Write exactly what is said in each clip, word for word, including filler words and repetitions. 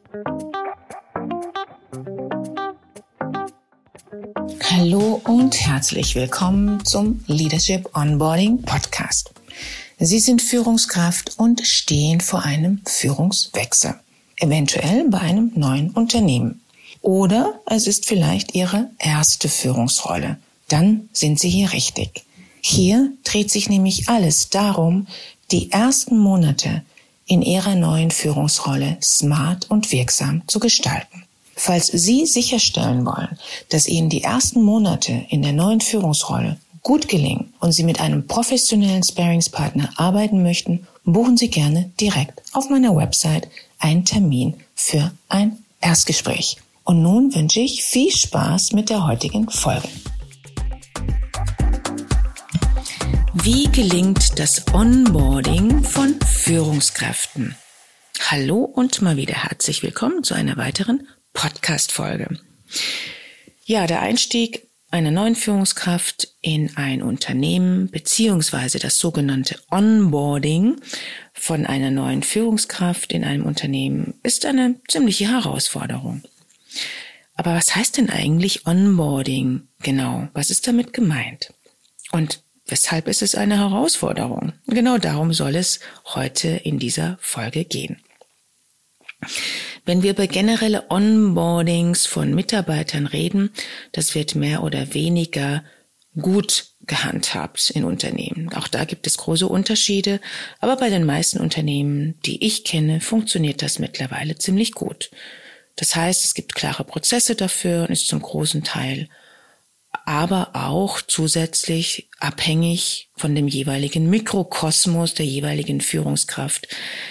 Hallo und herzlich willkommen zum Leadership Onboarding Podcast. Sie sind Führungskraft und stehen vor einem Führungswechsel, eventuell bei einem neuen Unternehmen. Oder es ist vielleicht Ihre erste Führungsrolle. Dann sind Sie hier richtig. Hier dreht sich nämlich alles darum, die ersten Monate in Ihrer neuen Führungsrolle smart und wirksam zu gestalten. Falls Sie sicherstellen wollen, dass Ihnen die ersten Monate in der neuen Führungsrolle gut gelingen und Sie mit einem professionellen Sparringspartner arbeiten möchten, buchen Sie gerne direkt auf meiner Website einen Termin für ein Erstgespräch. Und nun wünsche ich viel Spaß mit der heutigen Folge. Wie gelingt das Onboarding von Führungskräften? Hallo und mal wieder herzlich willkommen zu einer weiteren Podcast-Folge. Ja, der Einstieg einer neuen Führungskraft in ein Unternehmen beziehungsweise das sogenannte Onboarding von einer neuen Führungskraft in einem Unternehmen ist eine ziemliche Herausforderung. Aber was heißt denn eigentlich Onboarding genau? Was ist damit gemeint? Und weshalb ist es eine Herausforderung? Genau darum soll es heute in dieser Folge gehen. Wenn wir über generelle Onboardings von Mitarbeitern reden, das wird mehr oder weniger gut gehandhabt in Unternehmen. Auch da gibt es große Unterschiede, aber bei den meisten Unternehmen, die ich kenne, funktioniert das mittlerweile ziemlich gut. Das heißt, es gibt klare Prozesse dafür und ist zum großen Teil aber auch zusätzlich abhängig von dem jeweiligen Mikrokosmos der jeweiligen Führungskraft,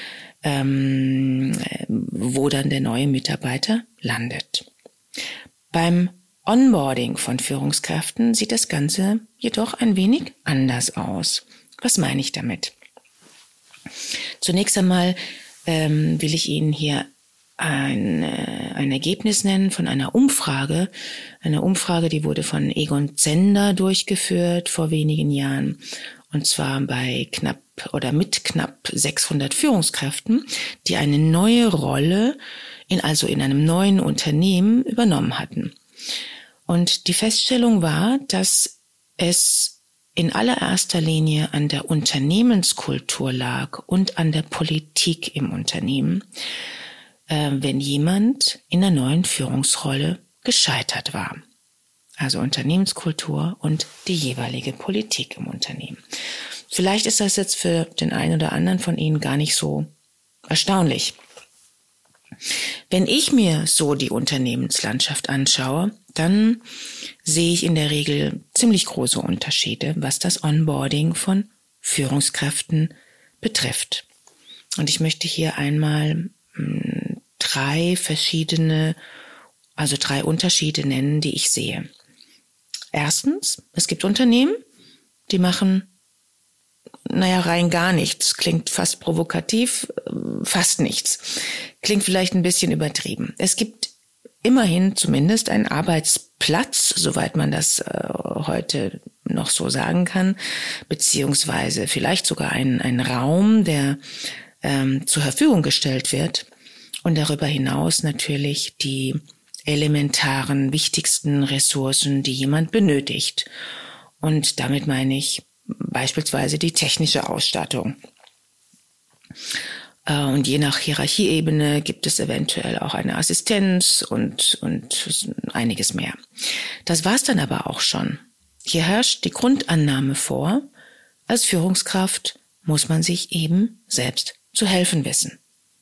ähm, wo dann der neue Mitarbeiter landet. Beim Onboarding von Führungskräften sieht das Ganze jedoch ein wenig anders aus. Was meine ich damit? Zunächst einmal ähm, will ich Ihnen hier Ein, ein Ergebnis nennen von einer Umfrage. Eine Umfrage, die wurde von Egon Zehnder durchgeführt vor wenigen Jahren. Und zwar bei knapp oder mit knapp sechshundert Führungskräften, die eine neue Rolle in, also in einem neuen Unternehmen übernommen hatten. Und die Feststellung war, dass es in allererster Linie an der Unternehmenskultur lag und an der Politik im Unternehmen, wenn jemand in der neuen Führungsrolle gescheitert war. Also Unternehmenskultur und die jeweilige Politik im Unternehmen. Vielleicht ist das jetzt für den einen oder anderen von Ihnen gar nicht so erstaunlich. Wenn ich mir so die Unternehmenslandschaft anschaue, dann sehe ich in der Regel ziemlich große Unterschiede, was das Onboarding von Führungskräften betrifft. Und ich möchte hier einmal drei verschiedene, also drei Unterschiede nennen, die ich sehe. Erstens, es gibt Unternehmen, die machen, naja, rein gar nichts. Klingt fast provokativ, fast nichts. Klingt vielleicht ein bisschen übertrieben. Es gibt immerhin zumindest einen Arbeitsplatz, soweit man das äh, heute noch so sagen kann, beziehungsweise vielleicht sogar einen, einen Raum, der ähm, zur Verfügung gestellt wird. Und darüber hinaus natürlich die elementaren, wichtigsten Ressourcen, die jemand benötigt. Und damit meine ich beispielsweise die technische Ausstattung. Und je nach Hierarchieebene gibt es eventuell auch eine Assistenz und, und einiges mehr. Das war's dann aber auch schon. Hier herrscht die Grundannahme vor, als Führungskraft muss man sich eben selbst zu helfen wissen.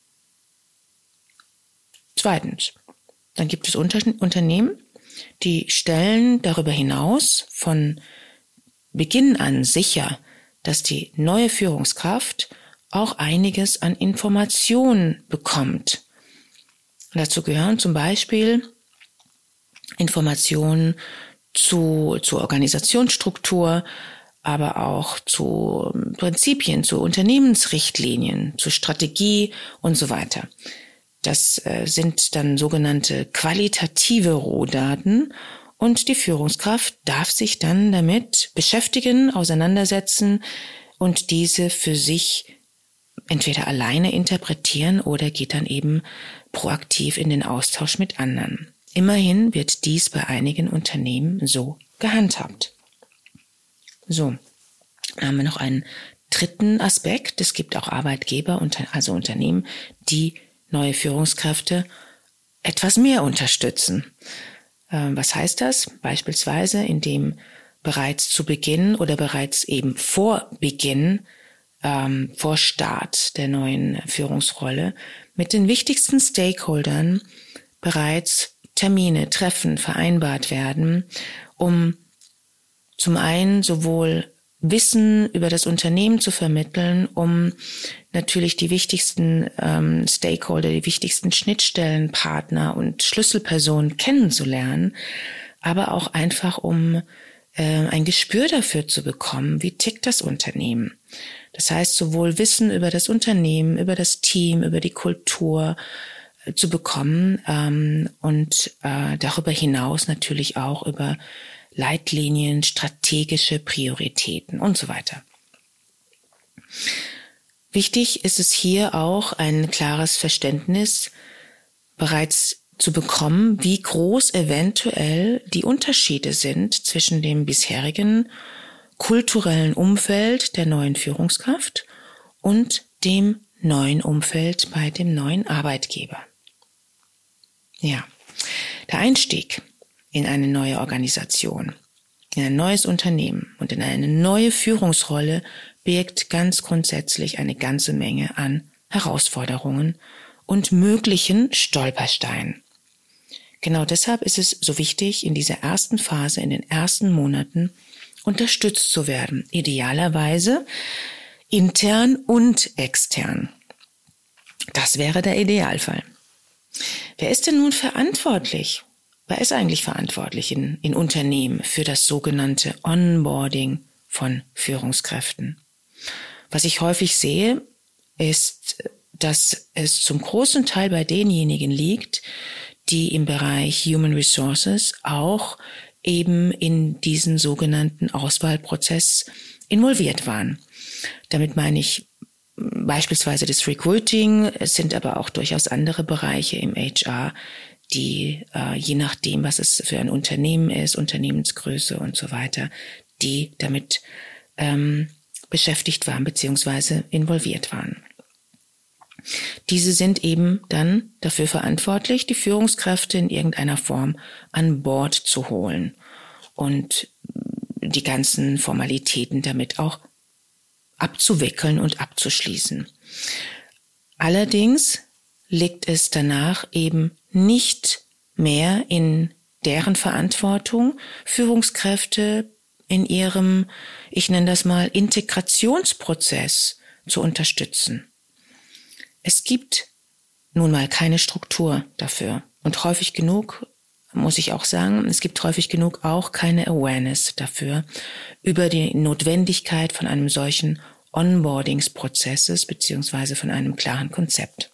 Zweitens, dann gibt es Unter- Unternehmen, die stellen darüber hinaus von Beginn an sicher, dass die neue Führungskraft auch einiges an Informationen bekommt. Dazu gehören zum Beispiel Informationen zu, zur Organisationsstruktur, aber auch zu Prinzipien, zu Unternehmensrichtlinien, zu Strategie und so weiter. Das äh, sind dann sogenannte qualitative Rohdaten und die Führungskraft darf sich dann damit beschäftigen, auseinandersetzen und diese für sich entweder alleine interpretieren oder geht dann eben proaktiv in den Austausch mit anderen. Immerhin wird dies bei einigen Unternehmen so gehandhabt. So, dann haben wir noch einen dritten Aspekt. Es gibt auch Arbeitgeber, also Unternehmen, die neue Führungskräfte etwas mehr unterstützen. Was heißt das? Beispielsweise, indem bereits zu Beginn oder bereits eben vor Beginn, ähm, vor Start der neuen Führungsrolle mit den wichtigsten Stakeholdern bereits Termine, Treffen vereinbart werden, um zum einen sowohl Wissen über das Unternehmen zu vermitteln, um natürlich die wichtigsten ähm, Stakeholder, die wichtigsten Schnittstellenpartner und Schlüsselpersonen kennenzulernen, aber auch einfach um äh, ein Gespür dafür zu bekommen, wie tickt das Unternehmen. Das heißt, sowohl Wissen über das Unternehmen, über das Team, über die Kultur äh, zu bekommen ähm, und äh, darüber hinaus natürlich auch über Leitlinien, strategische Prioritäten und so weiter. Wichtig ist es hier auch, ein klares Verständnis bereits zu bekommen, wie groß eventuell die Unterschiede sind zwischen dem bisherigen kulturellen Umfeld der neuen Führungskraft und dem neuen Umfeld bei dem neuen Arbeitgeber. Ja, der Einstieg in eine neue Organisation, in ein neues Unternehmen und in eine neue Führungsrolle birgt ganz grundsätzlich eine ganze Menge an Herausforderungen und möglichen Stolpersteinen. Genau deshalb ist es so wichtig, in dieser ersten Phase, in den ersten Monaten unterstützt zu werden, idealerweise intern und extern. Das wäre der Idealfall. Wer ist denn nun verantwortlich? Wer ist eigentlich verantwortlich in, in Unternehmen für das sogenannte Onboarding von Führungskräften? Was ich häufig sehe, ist, dass es zum großen Teil bei denjenigen liegt, die im Bereich Human Resources auch eben in diesen sogenannten Auswahlprozess involviert waren. Damit meine ich beispielsweise das Recruiting, es sind aber auch durchaus andere Bereiche im H R, die äh, je nachdem, was es für ein Unternehmen ist, Unternehmensgröße und so weiter, die damit ähm, beschäftigt waren bzw. involviert waren. Diese sind eben dann dafür verantwortlich, die Führungskräfte in irgendeiner Form an Bord zu holen und die ganzen Formalitäten damit auch abzuwickeln und abzuschließen. Allerdings liegt es danach eben nicht mehr in deren Verantwortung, Führungskräfte in ihrem, ich nenne das mal, Integrationsprozess zu unterstützen. Es gibt nun mal keine Struktur dafür. Und häufig genug, muss ich auch sagen, es gibt häufig genug auch keine Awareness dafür, über die Notwendigkeit von einem solchen Onboardingsprozesses beziehungsweise von einem klaren Konzept.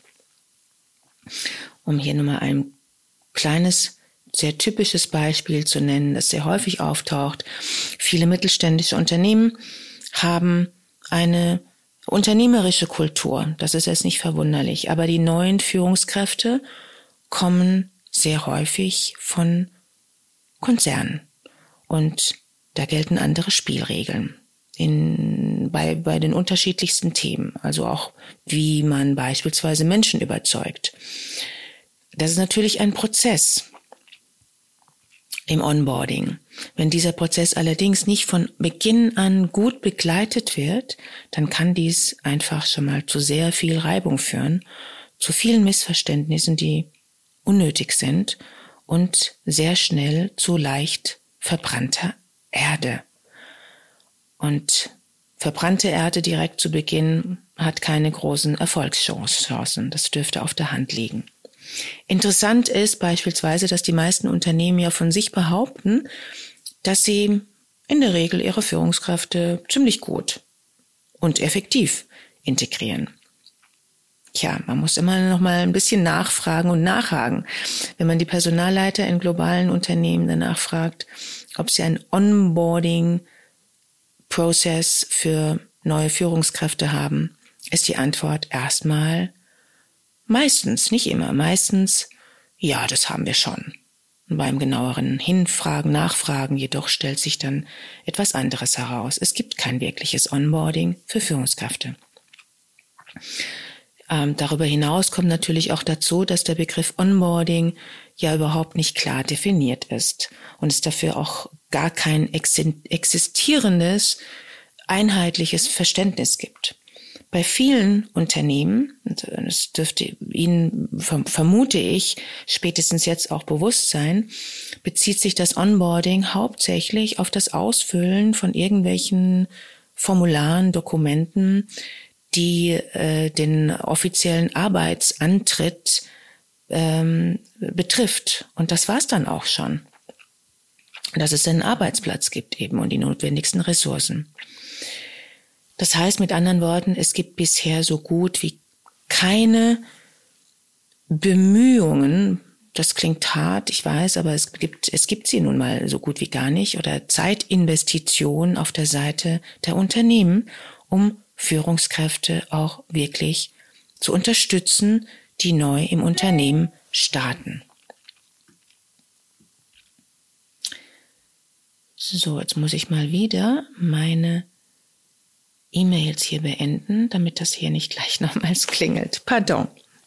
Um hier nur mal ein kleines, sehr typisches Beispiel zu nennen, das sehr häufig auftaucht. Viele mittelständische Unternehmen haben eine unternehmerische Kultur. Das ist jetzt nicht verwunderlich. Aber die neuen Führungskräfte kommen sehr häufig von Konzernen. Und da gelten andere Spielregeln in, bei, bei den unterschiedlichsten Themen. Also auch, wie man beispielsweise Menschen überzeugt. Das ist natürlich ein Prozess im Onboarding. Wenn dieser Prozess allerdings nicht von Beginn an gut begleitet wird, dann kann dies einfach schon mal zu sehr viel Reibung führen, zu vielen Missverständnissen, die unnötig sind und sehr schnell zu leicht verbrannter Erde. Und verbrannte Erde direkt zu Beginn hat keine großen Erfolgschancen. Das dürfte auf der Hand liegen. Interessant ist beispielsweise, dass die meisten Unternehmen ja von sich behaupten, dass sie in der Regel ihre Führungskräfte ziemlich gut und effektiv integrieren. Tja, man muss immer noch mal ein bisschen nachfragen und nachhaken. Wenn man die Personalleiter in globalen Unternehmen danach fragt, ob sie ein Onboarding-Prozess für neue Führungskräfte haben, ist die Antwort erstmal meistens, nicht immer, meistens, ja, das haben wir schon. Und beim genaueren Hinfragen, Nachfragen jedoch stellt sich dann etwas anderes heraus. Es gibt kein wirkliches Onboarding für Führungskräfte. Ähm, darüber hinaus kommt natürlich auch dazu, dass der Begriff Onboarding ja überhaupt nicht klar definiert ist und es dafür auch gar kein existierendes, einheitliches Verständnis gibt. Bei vielen Unternehmen, und das dürfte Ihnen, vermute ich, spätestens jetzt auch bewusst sein, bezieht sich das Onboarding hauptsächlich auf das Ausfüllen von irgendwelchen Formularen, Dokumenten, die äh, den offiziellen Arbeitsantritt ähm, betrifft. Und das war's dann auch schon. Dass es einen Arbeitsplatz gibt eben und die notwendigsten Ressourcen. Das heißt mit anderen Worten, es gibt bisher so gut wie keine Bemühungen, das klingt hart, ich weiß, aber es gibt, es gibt sie nun mal so gut wie gar nicht, oder Zeitinvestitionen auf der Seite der Unternehmen, um Führungskräfte auch wirklich zu unterstützen, die neu im Unternehmen starten. So, jetzt muss ich mal wieder meine E-Mails hier beenden, damit das hier nicht gleich nochmals klingelt. Pardon.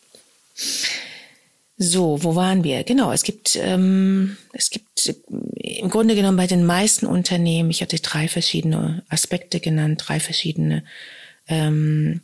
So, wo waren wir? Genau, es gibt, ähm, es gibt im Grunde genommen bei den meisten Unternehmen, ich hatte drei verschiedene Aspekte genannt, drei verschiedene ähm,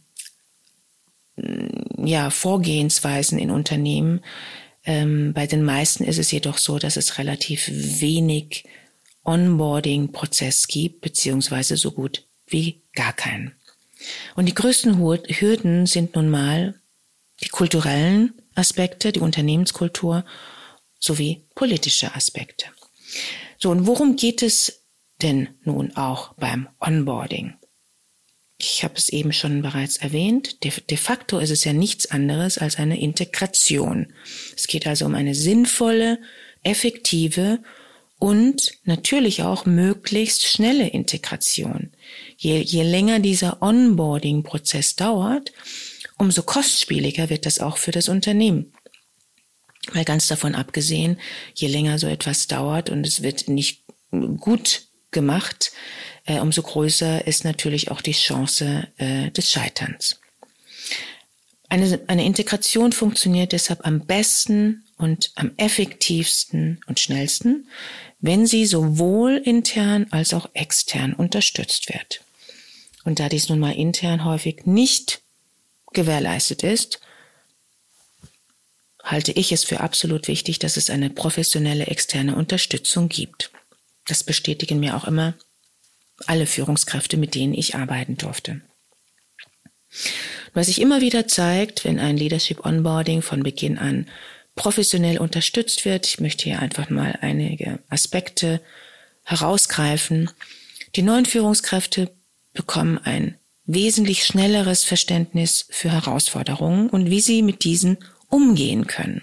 ja, Vorgehensweisen in Unternehmen. Ähm, bei den meisten ist es jedoch so, dass es relativ wenig Onboarding-Prozess gibt, beziehungsweise so gut wie gar keinen. Und die größten Hürden sind nun mal die kulturellen Aspekte, die Unternehmenskultur sowie politische Aspekte. So, und worum geht es denn nun auch beim Onboarding? Ich habe es eben schon bereits erwähnt. De, de facto ist es ja nichts anderes als eine Integration. Es geht also um eine sinnvolle, effektive und natürlich auch möglichst schnelle Integration. Je, je länger dieser Onboarding-Prozess dauert, umso kostspieliger wird das auch für das Unternehmen. Weil ganz davon abgesehen, je länger so etwas dauert und es wird nicht gut gemacht, äh, umso größer ist natürlich auch die Chance äh, des Scheiterns. Eine, eine Integration funktioniert deshalb am besten und am effektivsten und schnellsten, wenn sie sowohl intern als auch extern unterstützt wird. Und da dies nun mal intern häufig nicht gewährleistet ist, halte ich es für absolut wichtig, dass es eine professionelle externe Unterstützung gibt. Das bestätigen mir auch immer alle Führungskräfte, mit denen ich arbeiten durfte. Was sich immer wieder zeigt, wenn ein Leadership Onboarding von Beginn an professionell unterstützt wird, ich möchte hier einfach mal einige Aspekte herausgreifen. Die neuen Führungskräfte bekommen ein wesentlich schnelleres Verständnis für Herausforderungen und wie sie mit diesen umgehen können.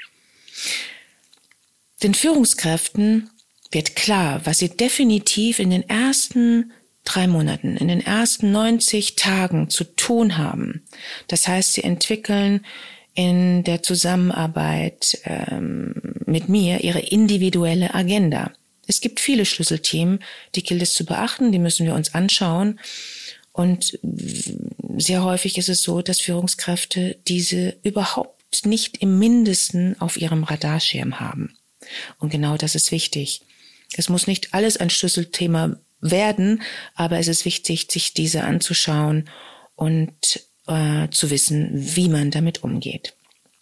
Den Führungskräften wird klar, was sie definitiv in den ersten drei Monaten, in den ersten neunzig Tagen zu tun haben. Das heißt, sie entwickeln in der Zusammenarbeit ähm, mit mir ihre individuelle Agenda. Es gibt viele Schlüsselthemen, die gilt es zu beachten, die müssen wir uns anschauen. Und sehr häufig ist es so, dass Führungskräfte diese überhaupt nicht im Mindesten auf ihrem Radarschirm haben. Und genau das ist wichtig. Es muss nicht alles ein Schlüsselthema werden, aber es ist wichtig, sich diese anzuschauen und äh, zu wissen, wie man damit umgeht.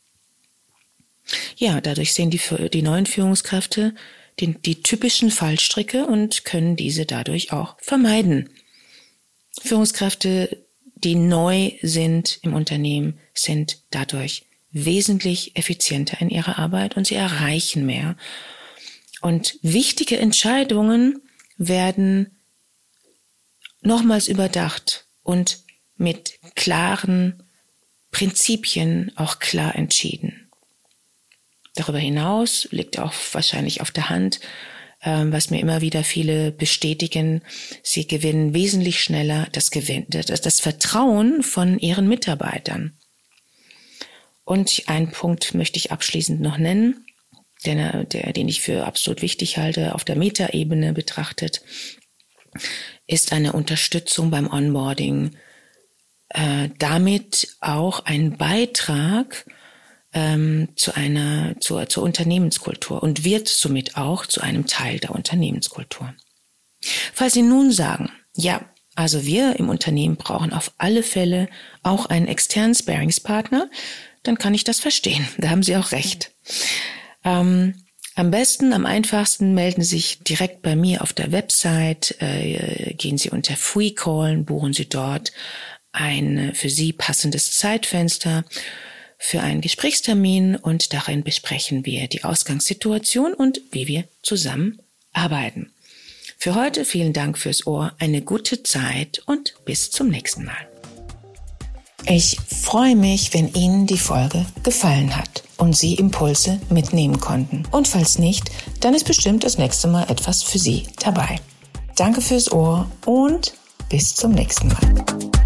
Ja, dadurch sehen die, die neuen Führungskräfte die, die typischen Fallstricke und können diese dadurch auch vermeiden. Führungskräfte, die neu sind im Unternehmen, sind dadurch wesentlich effizienter in ihrer Arbeit und sie erreichen mehr. Und wichtige Entscheidungen werden nochmals überdacht und mit klaren Prinzipien auch klar entschieden. Darüber hinaus liegt auch wahrscheinlich auf der Hand, was mir immer wieder viele bestätigen. Sie gewinnen wesentlich schneller das, Gewinn, das, das Vertrauen von ihren Mitarbeitern. Und einen Punkt möchte ich abschließend noch nennen, der, der, den ich für absolut wichtig halte, auf der Metaebene betrachtet, ist eine Unterstützung beim Onboarding. Äh, damit auch ein Beitrag ähm, zu einer zur, zur Unternehmenskultur und wird somit auch zu einem Teil der Unternehmenskultur. Falls Sie nun sagen, ja, also wir im Unternehmen brauchen auf alle Fälle auch einen externen Sparingspartner, dann kann ich das verstehen. Da haben Sie auch recht. Ähm, am besten, am einfachsten melden Sie sich direkt bei mir auf der Website, äh, gehen Sie unter Free Call, buchen Sie dort ein für Sie passendes Zeitfenster für einen Gesprächstermin und darin besprechen wir die Ausgangssituation und wie wir zusammenarbeiten. Für heute vielen Dank fürs Ohr, eine gute Zeit und bis zum nächsten Mal. Ich freue mich, wenn Ihnen die Folge gefallen hat und Sie Impulse mitnehmen konnten. Und falls nicht, dann ist bestimmt das nächste Mal etwas für Sie dabei. Danke fürs Ohr und bis zum nächsten Mal.